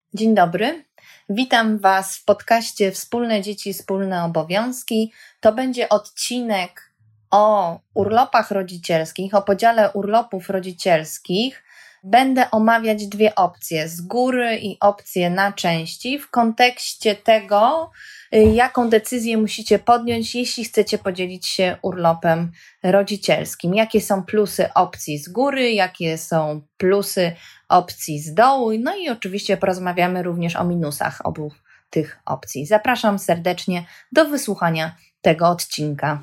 Dzień dobry, witam Was w podcaście Wspólne Dzieci, Wspólne Obowiązki. To będzie odcinek o urlopach rodzicielskich, o podziale urlopów rodzicielskich. Będę omawiać dwie opcje, z góry i opcje na części, w kontekście tego, jaką decyzję musicie podjąć, jeśli chcecie podzielić się urlopem rodzicielskim. Jakie są plusy opcji z góry, jakie są plusy opcji z dołu, no i oczywiście porozmawiamy również o minusach obu tych opcji. Zapraszam serdecznie do wysłuchania tego odcinka.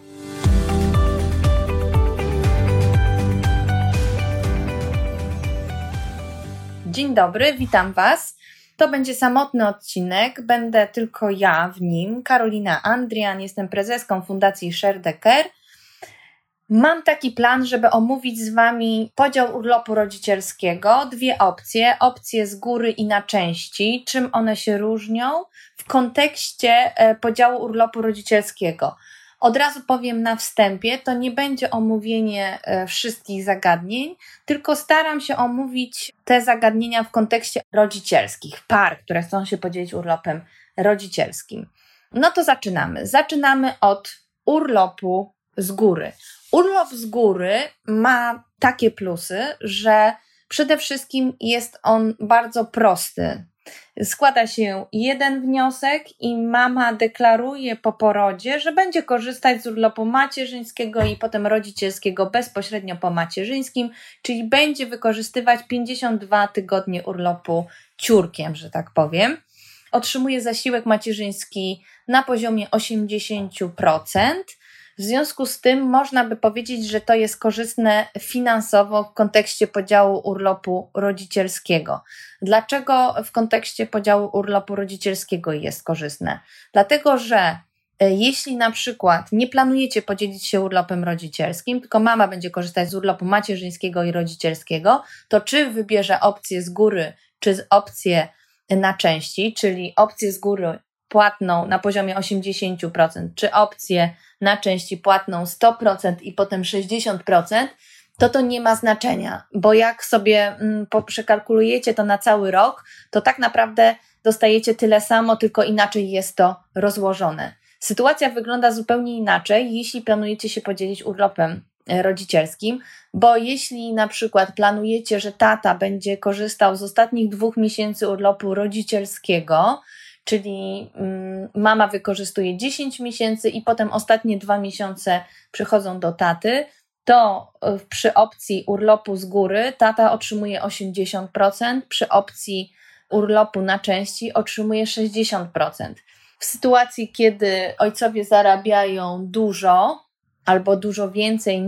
Dzień dobry, witam Was. To będzie samotny odcinek, będę tylko ja w nim, Karolina Andrian, jestem prezeską Fundacji Share the Care. Mam taki plan, żeby omówić z Wami podział urlopu rodzicielskiego, dwie opcje z góry i na części, czym one się różnią w kontekście podziału urlopu rodzicielskiego. Od razu powiem na wstępie, to nie będzie omówienie wszystkich zagadnień, tylko staram się omówić te zagadnienia w kontekście rodzicielskich, par, które chcą się podzielić urlopem rodzicielskim. No to zaczynamy. Zaczynamy od urlopu z góry. Urlop z góry ma takie plusy, że przede wszystkim jest on bardzo prosty. Składa się jeden wniosek i mama deklaruje po porodzie, że będzie korzystać z urlopu macierzyńskiego i potem rodzicielskiego bezpośrednio po macierzyńskim, czyli będzie wykorzystywać 52 tygodnie urlopu ciurkiem, że tak powiem. Otrzymuje zasiłek macierzyński na poziomie 80%. W związku z tym można by powiedzieć, że to jest korzystne finansowo w kontekście podziału urlopu rodzicielskiego. Dlaczego w kontekście podziału urlopu rodzicielskiego jest korzystne? Dlatego, że jeśli na przykład nie planujecie podzielić się urlopem rodzicielskim, tylko mama będzie korzystać z urlopu macierzyńskiego i rodzicielskiego, to czy wybierze opcję z góry, czy opcję na części, czyli opcję z góry płatną na poziomie 80%, czy opcję na części płatną 100% i potem 60%, to nie ma znaczenia, bo jak sobie przekalkulujecie to na cały rok, to tak naprawdę dostajecie tyle samo, tylko inaczej jest to rozłożone. Sytuacja wygląda zupełnie inaczej, jeśli planujecie się podzielić urlopem rodzicielskim, bo jeśli na przykład planujecie, że tata będzie korzystał z ostatnich 2 miesięcy urlopu rodzicielskiego, czyli mama wykorzystuje 10 miesięcy i potem ostatnie 2 miesiące przychodzą do taty, to przy opcji urlopu z góry tata otrzymuje 80%, przy opcji urlopu na części otrzymuje 60%. W sytuacji, kiedy ojcowie zarabiają dużo albo dużo więcej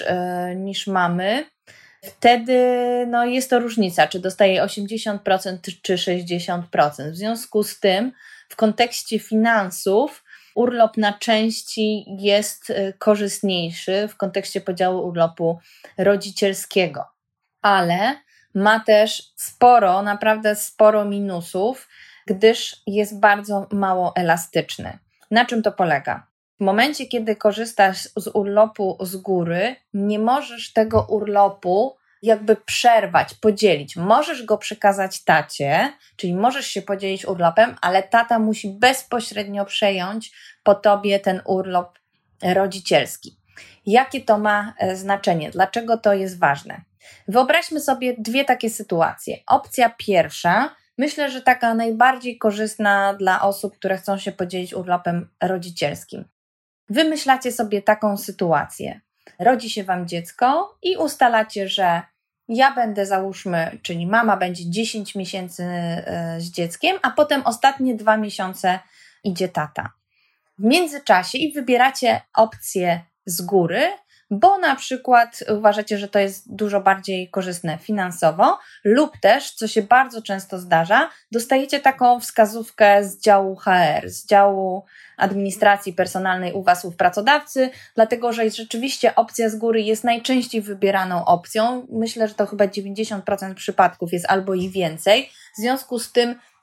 niż mamy, wtedy jest to różnica, czy dostaje 80% czy 60%. W związku z tym w kontekście finansów urlop na części jest korzystniejszy w kontekście podziału urlopu rodzicielskiego, ale ma też naprawdę sporo minusów, gdyż jest bardzo mało elastyczny. Na czym to polega? W momencie, kiedy korzystasz z urlopu z góry, nie możesz tego urlopu jakby przerwać, podzielić. Możesz go przekazać tacie, czyli możesz się podzielić urlopem, ale tata musi bezpośrednio przejąć po tobie ten urlop rodzicielski. Jakie to ma znaczenie? Dlaczego to jest ważne? Wyobraźmy sobie dwie takie sytuacje. Opcja pierwsza, myślę, że taka najbardziej korzystna dla osób, które chcą się podzielić urlopem rodzicielskim. Wymyślacie sobie taką sytuację. Rodzi się Wam dziecko i ustalacie, że ja będę, załóżmy, czyli mama będzie 10 miesięcy z dzieckiem, a potem ostatnie 2 miesiące idzie tata. W międzyczasie i wybieracie opcję z góry, bo na przykład uważacie, że to jest dużo bardziej korzystne finansowo, lub też, co się bardzo często zdarza, dostajecie taką wskazówkę z działu HR, z działu administracji personalnej u Was, u pracodawcy, dlatego że rzeczywiście opcja z góry jest najczęściej wybieraną opcją. Myślę, że to chyba 90% przypadków jest albo i więcej. W związku z tym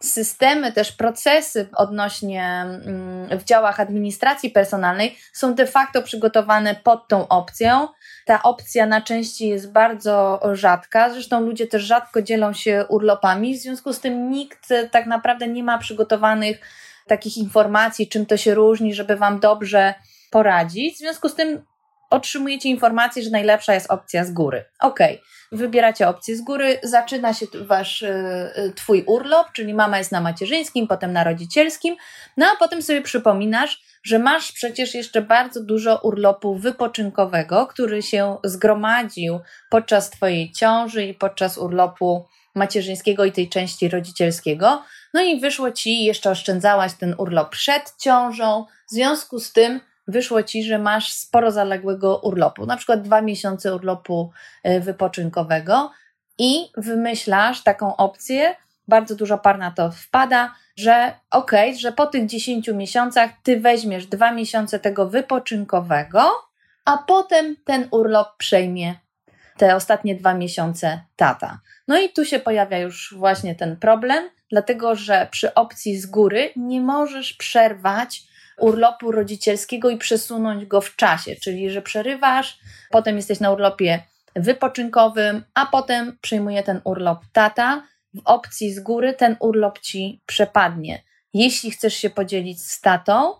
systemy, też procesy odnośnie w działach administracji personalnej są de facto przygotowane pod tą opcją. Ta opcja na części jest bardzo rzadka, zresztą ludzie też rzadko dzielą się urlopami, w związku z tym nikt tak naprawdę nie ma przygotowanych takich informacji, czym to się różni, żeby Wam dobrze poradzić. W związku z tym otrzymujecie informację, że najlepsza jest opcja z góry. Wybieracie opcję z góry, zaczyna się Twój urlop, czyli mama jest na macierzyńskim, potem na rodzicielskim, a potem sobie przypominasz, że masz przecież jeszcze bardzo dużo urlopu wypoczynkowego, który się zgromadził podczas Twojej ciąży i podczas urlopu macierzyńskiego i tej części rodzicielskiego. No i wyszło Ci, jeszcze oszczędzałaś ten urlop przed ciążą, w związku z tym wyszło Ci, że masz sporo zaległego urlopu, na przykład 2 miesiące urlopu wypoczynkowego i wymyślasz taką opcję, bardzo dużo par na to wpada, że że po tych 10 miesiącach Ty weźmiesz 2 miesiące tego wypoczynkowego, a potem ten urlop przejmie te ostatnie 2 miesiące tata. No i tu się pojawia już właśnie ten problem, dlatego że przy opcji z góry nie możesz przerwać urlopu rodzicielskiego i przesunąć go w czasie, czyli że przerywasz, potem jesteś na urlopie wypoczynkowym, a potem przyjmuje ten urlop tata. W opcji z góry ten urlop Ci przepadnie. Jeśli chcesz się podzielić z tatą,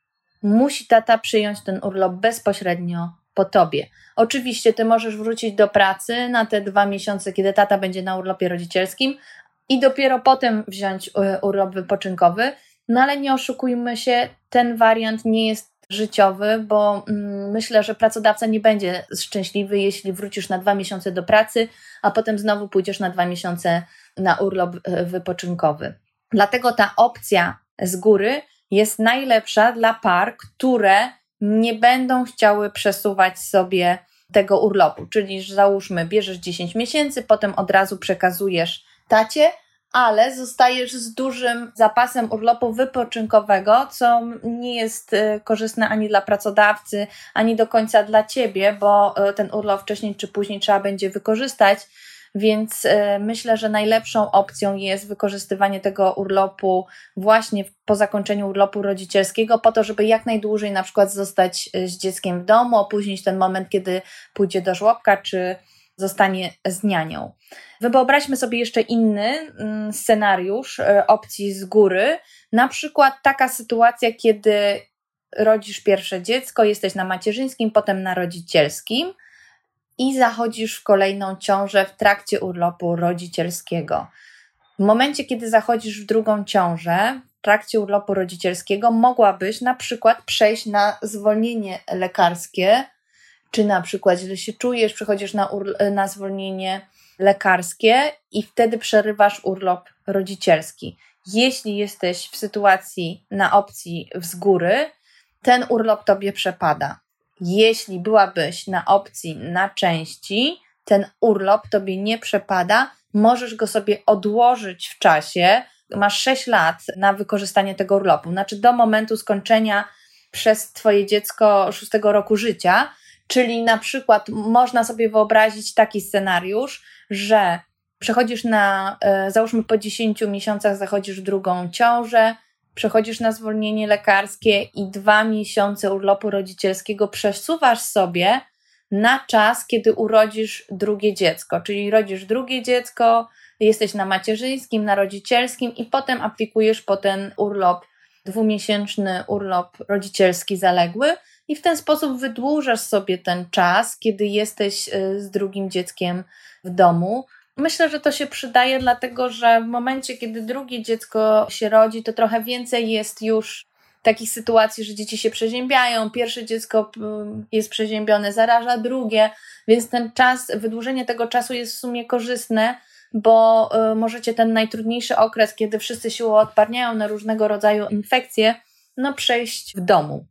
musi tata przyjąć ten urlop bezpośrednio po Tobie. Oczywiście Ty możesz wrócić do pracy na te 2 miesiące, kiedy tata będzie na urlopie rodzicielskim i dopiero potem wziąć urlop wypoczynkowy, ale nie oszukujmy się, ten wariant nie jest życiowy, bo myślę, że pracodawca nie będzie szczęśliwy, jeśli wrócisz na 2 miesiące do pracy, a potem znowu pójdziesz na 2 miesiące na urlop wypoczynkowy. Dlatego ta opcja z góry jest najlepsza dla par, które nie będą chciały przesuwać sobie tego urlopu, czyli załóżmy, bierzesz 10 miesięcy, potem od razu przekazujesz tacie, ale zostajesz z dużym zapasem urlopu wypoczynkowego, co nie jest korzystne ani dla pracodawcy, ani do końca dla Ciebie, bo ten urlop wcześniej czy później trzeba będzie wykorzystać, więc myślę, że najlepszą opcją jest wykorzystywanie tego urlopu właśnie po zakończeniu urlopu rodzicielskiego po to, żeby jak najdłużej na przykład zostać z dzieckiem w domu, opóźnić ten moment, kiedy pójdzie do żłobka, czy zostanie z nianią. Wyobraźmy sobie jeszcze inny scenariusz opcji z góry, na przykład taka sytuacja, kiedy rodzisz pierwsze dziecko, jesteś na macierzyńskim, potem na rodzicielskim i zachodzisz w kolejną ciążę w trakcie urlopu rodzicielskiego. W momencie, kiedy zachodzisz w drugą ciążę, w trakcie urlopu rodzicielskiego mogłabyś na przykład przejść na zwolnienie lekarskie, czy na przykład źle się czujesz, przychodzisz na zwolnienie lekarskie i wtedy przerywasz urlop rodzicielski. Jeśli jesteś w sytuacji na opcji z góry, ten urlop Tobie przepada. Jeśli byłabyś na opcji na części, ten urlop Tobie nie przepada, możesz go sobie odłożyć w czasie. Masz 6 lat na wykorzystanie tego urlopu, znaczy do momentu skończenia przez Twoje dziecko 6 roku życia, czyli na przykład można sobie wyobrazić taki scenariusz, że przechodzisz załóżmy po 10 miesiącach zachodzisz w drugą ciążę, przechodzisz na zwolnienie lekarskie i 2 miesiące urlopu rodzicielskiego przesuwasz sobie na czas, kiedy urodzisz drugie dziecko, czyli rodzisz drugie dziecko, jesteś na macierzyńskim, na rodzicielskim i potem aplikujesz po ten urlop, 2-miesięczny urlop rodzicielski zaległy i w ten sposób wydłużasz sobie ten czas, kiedy jesteś z drugim dzieckiem w domu. Myślę, że to się przydaje, dlatego że w momencie, kiedy drugie dziecko się rodzi, to trochę więcej jest już takich sytuacji, że dzieci się przeziębiają, pierwsze dziecko jest przeziębione, zaraża drugie, więc ten czas, wydłużenie tego czasu jest w sumie korzystne, bo możecie ten najtrudniejszy okres, kiedy wszyscy się uodparniają na różnego rodzaju infekcje, przejść w domu.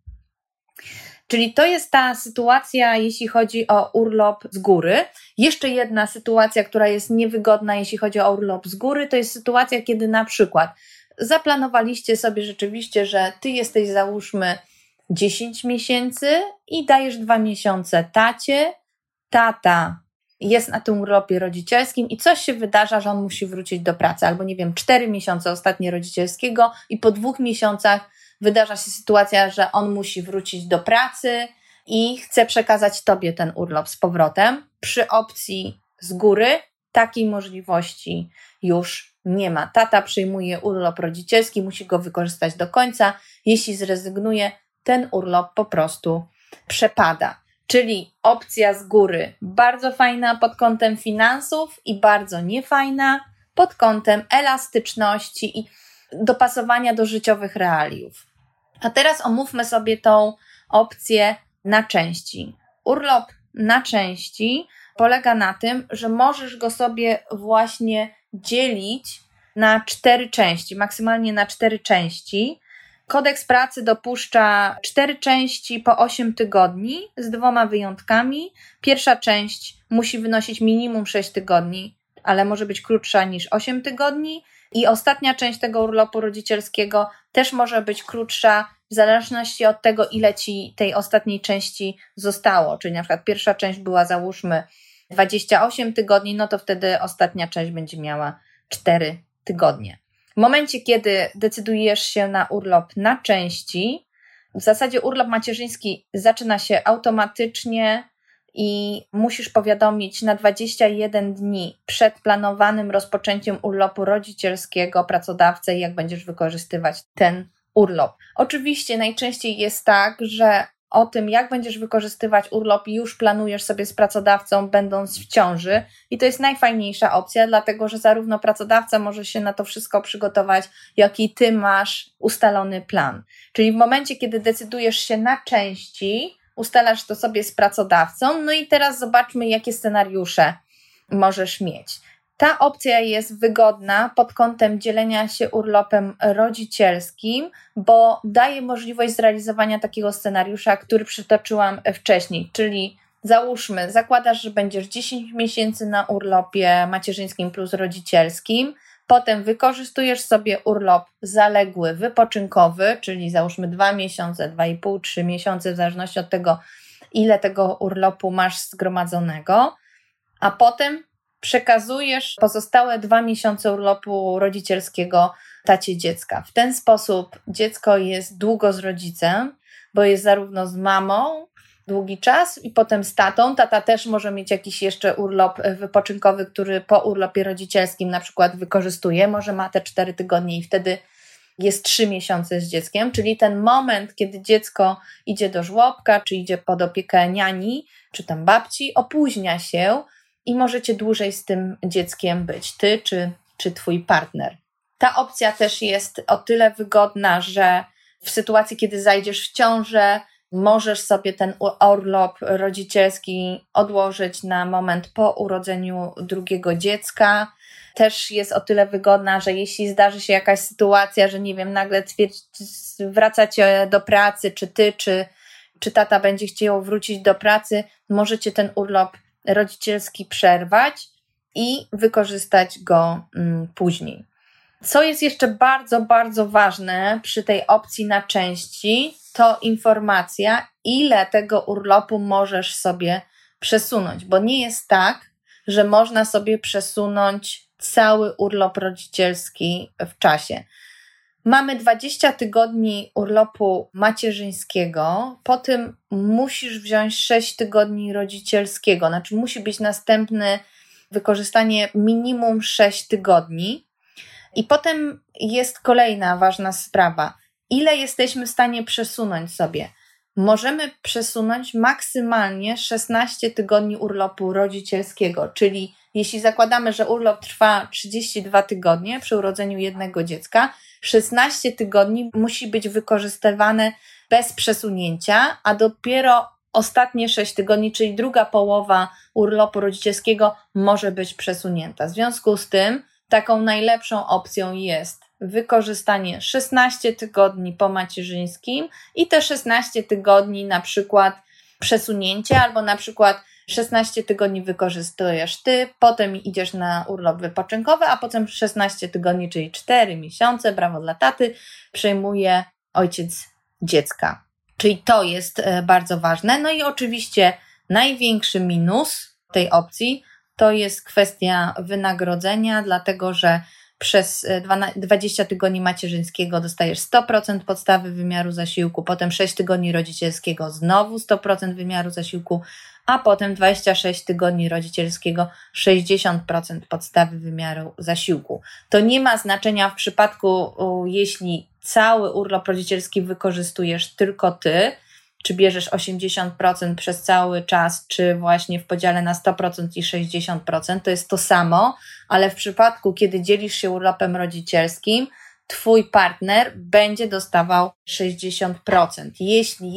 Czyli to jest ta sytuacja, jeśli chodzi o urlop z góry. Jeszcze jedna sytuacja, która jest niewygodna, jeśli chodzi o urlop z góry, to jest sytuacja, kiedy na przykład zaplanowaliście sobie rzeczywiście, że Ty jesteś załóżmy 10 miesięcy i dajesz 2 miesiące tacie, tata jest na tym urlopie rodzicielskim i coś się wydarza, że on musi wrócić do pracy, albo 4 miesiące ostatnie rodzicielskiego i po 2 miesiącach wydarza się sytuacja, że on musi wrócić do pracy i chce przekazać Tobie ten urlop z powrotem. Przy opcji z góry takiej możliwości już nie ma. Tata przyjmuje urlop rodzicielski, musi go wykorzystać do końca. Jeśli zrezygnuje, ten urlop po prostu przepada. Czyli opcja z góry bardzo fajna pod kątem finansów i bardzo niefajna pod kątem elastyczności i dopasowania do życiowych realiów. A teraz omówmy sobie tą opcję na części. Urlop na części polega na tym, że możesz go sobie właśnie dzielić na 4 części, maksymalnie na 4 części. Kodeks pracy dopuszcza 4 części po 8 tygodni z 2 wyjątkami. Pierwsza część musi wynosić minimum 6 tygodni, ale może być krótsza niż 8 tygodni. I ostatnia część tego urlopu rodzicielskiego też może być krótsza w zależności od tego, ile Ci tej ostatniej części zostało. Czyli na przykład pierwsza część była, załóżmy, 28 tygodni, no to wtedy ostatnia część będzie miała 4 tygodnie. W momencie, kiedy decydujesz się na urlop na części, w zasadzie urlop macierzyński zaczyna się automatycznie i musisz powiadomić na 21 dni przed planowanym rozpoczęciem urlopu rodzicielskiego pracodawcę, jak będziesz wykorzystywać ten urlop. Oczywiście najczęściej jest tak, że o tym, jak będziesz wykorzystywać urlop, już planujesz sobie z pracodawcą, będąc w ciąży, i to jest najfajniejsza opcja, dlatego że zarówno pracodawca może się na to wszystko przygotować, jak i ty masz ustalony plan. Czyli w momencie, kiedy decydujesz się na części, ustalasz to sobie z pracodawcą, no i teraz zobaczmy, jakie scenariusze możesz mieć. Ta opcja jest wygodna pod kątem dzielenia się urlopem rodzicielskim, bo daje możliwość zrealizowania takiego scenariusza, który przytoczyłam wcześniej, czyli załóżmy, zakładasz, że będziesz 10 miesięcy na urlopie macierzyńskim plus rodzicielskim, potem wykorzystujesz sobie urlop zaległy, wypoczynkowy, czyli załóżmy 2 miesiące, 2,5, 3 miesiące, w zależności od tego, ile tego urlopu masz zgromadzonego, a potem przekazujesz pozostałe 2 miesiące urlopu rodzicielskiego tacie dziecka. W ten sposób dziecko jest długo z rodzicem, bo jest zarówno z mamą długi czas i potem z tatą. Tata też może mieć jakiś jeszcze urlop wypoczynkowy, który po urlopie rodzicielskim na przykład wykorzystuje. Może ma te 4 tygodnie i wtedy jest 3 miesiące z dzieckiem, czyli ten moment, kiedy dziecko idzie do żłobka, czy idzie pod opiekę niani, czy tam babci, opóźnia się i możecie dłużej z tym dzieckiem być, ty czy twój partner. Ta opcja też jest o tyle wygodna, że w sytuacji, kiedy zajdziesz w ciążę, możesz sobie ten urlop rodzicielski odłożyć na moment po urodzeniu drugiego dziecka. Też jest o tyle wygodna, że jeśli zdarzy się jakaś sytuacja, że nie wiem, nagle wracacie do pracy, czy ty, czy tata będzie chciał wrócić do pracy, możecie ten urlop rodzicielski przerwać i wykorzystać go później. Co jest jeszcze bardzo, bardzo ważne przy tej opcji na części, to informacja, ile tego urlopu możesz sobie przesunąć, bo nie jest tak, że można sobie przesunąć cały urlop rodzicielski w czasie. Mamy 20 tygodni urlopu macierzyńskiego, po tym musisz wziąć 6 tygodni rodzicielskiego, znaczy musi być następne wykorzystanie minimum 6 tygodni. I potem jest kolejna ważna sprawa. Ile jesteśmy w stanie przesunąć sobie? Możemy przesunąć maksymalnie 16 tygodni urlopu rodzicielskiego, czyli jeśli zakładamy, że urlop trwa 32 tygodnie przy urodzeniu jednego dziecka, 16 tygodni musi być wykorzystywane bez przesunięcia, a dopiero ostatnie 6 tygodni, czyli druga połowa urlopu rodzicielskiego może być przesunięta. W związku z tym taką najlepszą opcją jest wykorzystanie 16 tygodni po macierzyńskim i te 16 tygodni na przykład przesunięcie, albo na przykład 16 tygodni wykorzystujesz ty, potem idziesz na urlop wypoczynkowy, a potem 16 tygodni, czyli 4 miesiące, brawo dla taty, przejmuje ojciec dziecka. Czyli to jest bardzo ważne. No i oczywiście największy minus tej opcji to jest kwestia wynagrodzenia, dlatego że przez 20 tygodni macierzyńskiego dostajesz 100% podstawy wymiaru zasiłku, potem 6 tygodni rodzicielskiego znowu 100% wymiaru zasiłku, a potem 26 tygodni rodzicielskiego 60% podstawy wymiaru zasiłku. To nie ma znaczenia w przypadku, jeśli cały urlop rodzicielski wykorzystujesz tylko ty, czy bierzesz 80% przez cały czas, czy właśnie w podziale na 100% i 60%, to jest to samo, ale w przypadku, kiedy dzielisz się urlopem rodzicielskim, twój partner będzie dostawał 60%. Jeśli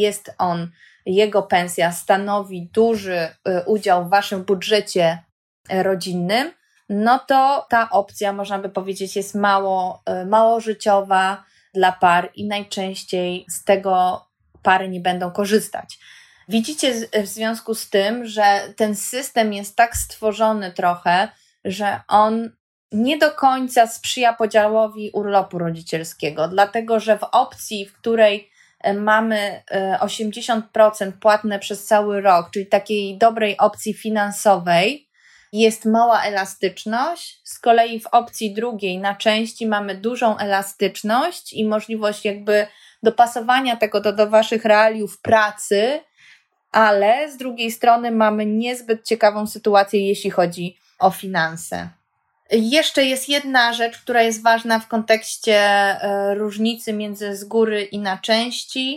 jego pensja stanowi duży udział w waszym budżecie rodzinnym, no to ta opcja, można by powiedzieć, jest mało życiowa dla par i najczęściej z tego pary nie będą korzystać. Widzicie w związku z tym, że ten system jest tak stworzony trochę, że on nie do końca sprzyja podziałowi urlopu rodzicielskiego, dlatego że w opcji, w której mamy 80% płatne przez cały rok, czyli takiej dobrej opcji finansowej, jest mała elastyczność. Z kolei w opcji drugiej na części mamy dużą elastyczność i możliwość jakby dopasowania tego do waszych realiów pracy, ale z drugiej strony mamy niezbyt ciekawą sytuację, jeśli chodzi o finanse. Jeszcze jest jedna rzecz, która jest ważna w kontekście różnicy między z góry i na części.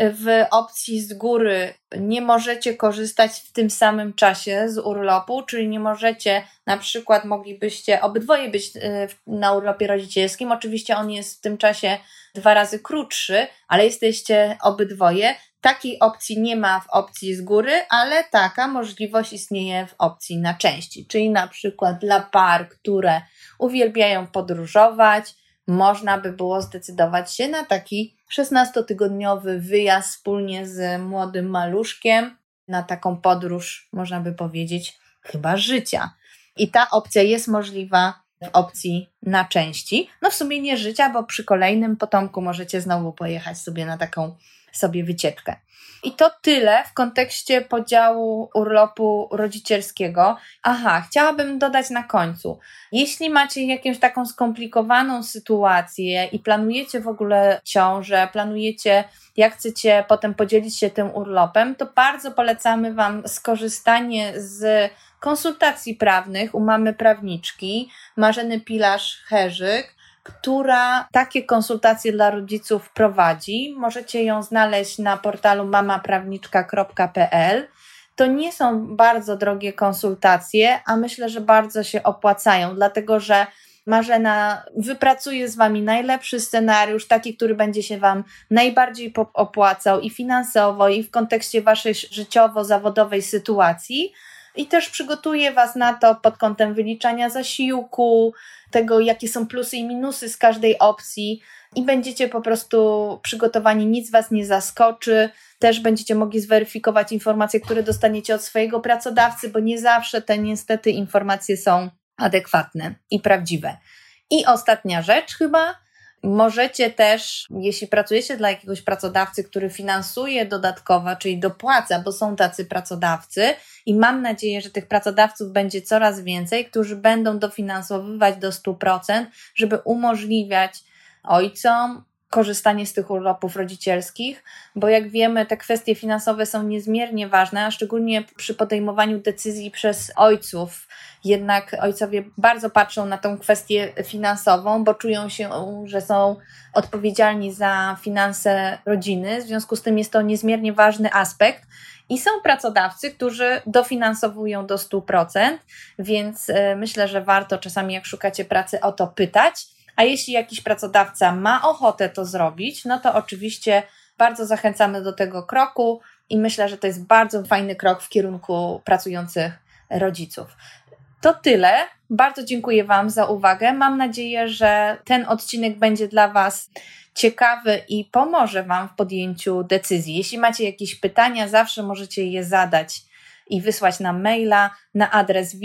W opcji z góry nie możecie korzystać w tym samym czasie z urlopu, czyli nie możecie, na przykład moglibyście obydwoje być na urlopie rodzicielskim, oczywiście on jest w tym czasie 2 razy krótszy, ale jesteście obydwoje. Takiej opcji nie ma w opcji z góry, ale taka możliwość istnieje w opcji na części, czyli na przykład dla par, które uwielbiają podróżować, można by było zdecydować się na taki 16-tygodniowy wyjazd wspólnie z młodym maluszkiem, na taką podróż, można by powiedzieć, chyba życia. I ta opcja jest możliwa w opcji na części. No w sumie nie życia, bo przy kolejnym potomku możecie znowu pojechać sobie na taką wycieczkę. I to tyle w kontekście podziału urlopu rodzicielskiego. Chciałabym dodać na końcu. Jeśli macie jakąś taką skomplikowaną sytuację i planujecie w ogóle ciążę, planujecie, jak chcecie potem podzielić się tym urlopem, to bardzo polecamy Wam skorzystanie z konsultacji prawnych u mamy prawniczki Marzeny Pilarz-Herzyk, która takie konsultacje dla rodziców prowadzi. Możecie ją znaleźć na portalu mamaprawniczka.pl. To nie są bardzo drogie konsultacje, a myślę, że bardzo się opłacają, dlatego że Marzena wypracuje z Wami najlepszy scenariusz, taki, który będzie się Wam najbardziej opłacał i finansowo, i w kontekście Waszej życiowo-zawodowej sytuacji. I też przygotuje Was na to pod kątem wyliczania zasiłku, tego jakie są plusy i minusy z każdej opcji i będziecie po prostu przygotowani, nic Was nie zaskoczy. Też będziecie mogli zweryfikować informacje, które dostaniecie od swojego pracodawcy, bo nie zawsze te niestety informacje są adekwatne i prawdziwe. I ostatnia rzecz chyba. Możecie też, jeśli pracujecie dla jakiegoś pracodawcy, który finansuje dodatkowo, czyli dopłaca, bo są tacy pracodawcy i mam nadzieję, że tych pracodawców będzie coraz więcej, którzy będą dofinansowywać do 100%, żeby umożliwiać ojcom korzystanie z tych urlopów rodzicielskich, bo jak wiemy, te kwestie finansowe są niezmiernie ważne, a szczególnie przy podejmowaniu decyzji przez ojców. Jednak ojcowie bardzo patrzą na tą kwestię finansową, bo czują się, że są odpowiedzialni za finanse rodziny. W związku z tym jest to niezmiernie ważny aspekt. I są pracodawcy, którzy dofinansowują do 100%, więc myślę, że warto czasami, jak szukacie pracy, o to pytać. A jeśli jakiś pracodawca ma ochotę to zrobić, no to oczywiście bardzo zachęcamy do tego kroku i myślę, że to jest bardzo fajny krok w kierunku pracujących rodziców. To tyle. Bardzo dziękuję Wam za uwagę. Mam nadzieję, że ten odcinek będzie dla Was ciekawy i pomoże Wam w podjęciu decyzji. Jeśli macie jakieś pytania, zawsze możecie je zadać i wysłać nam maila na adres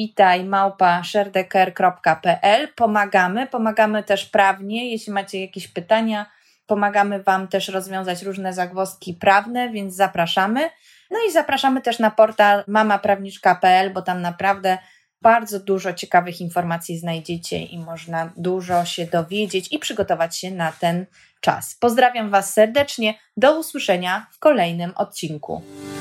witaj@sharedeker.pl. Pomagamy też prawnie, jeśli macie jakieś pytania, pomagamy Wam też rozwiązać różne zagwozdki prawne, więc zapraszamy. No i zapraszamy też na portal mamaprawniczka.pl, bo tam naprawdę Bardzo dużo ciekawych informacji znajdziecie i można dużo się dowiedzieć i przygotować się na ten czas. Pozdrawiam Was serdecznie. Do usłyszenia w kolejnym odcinku.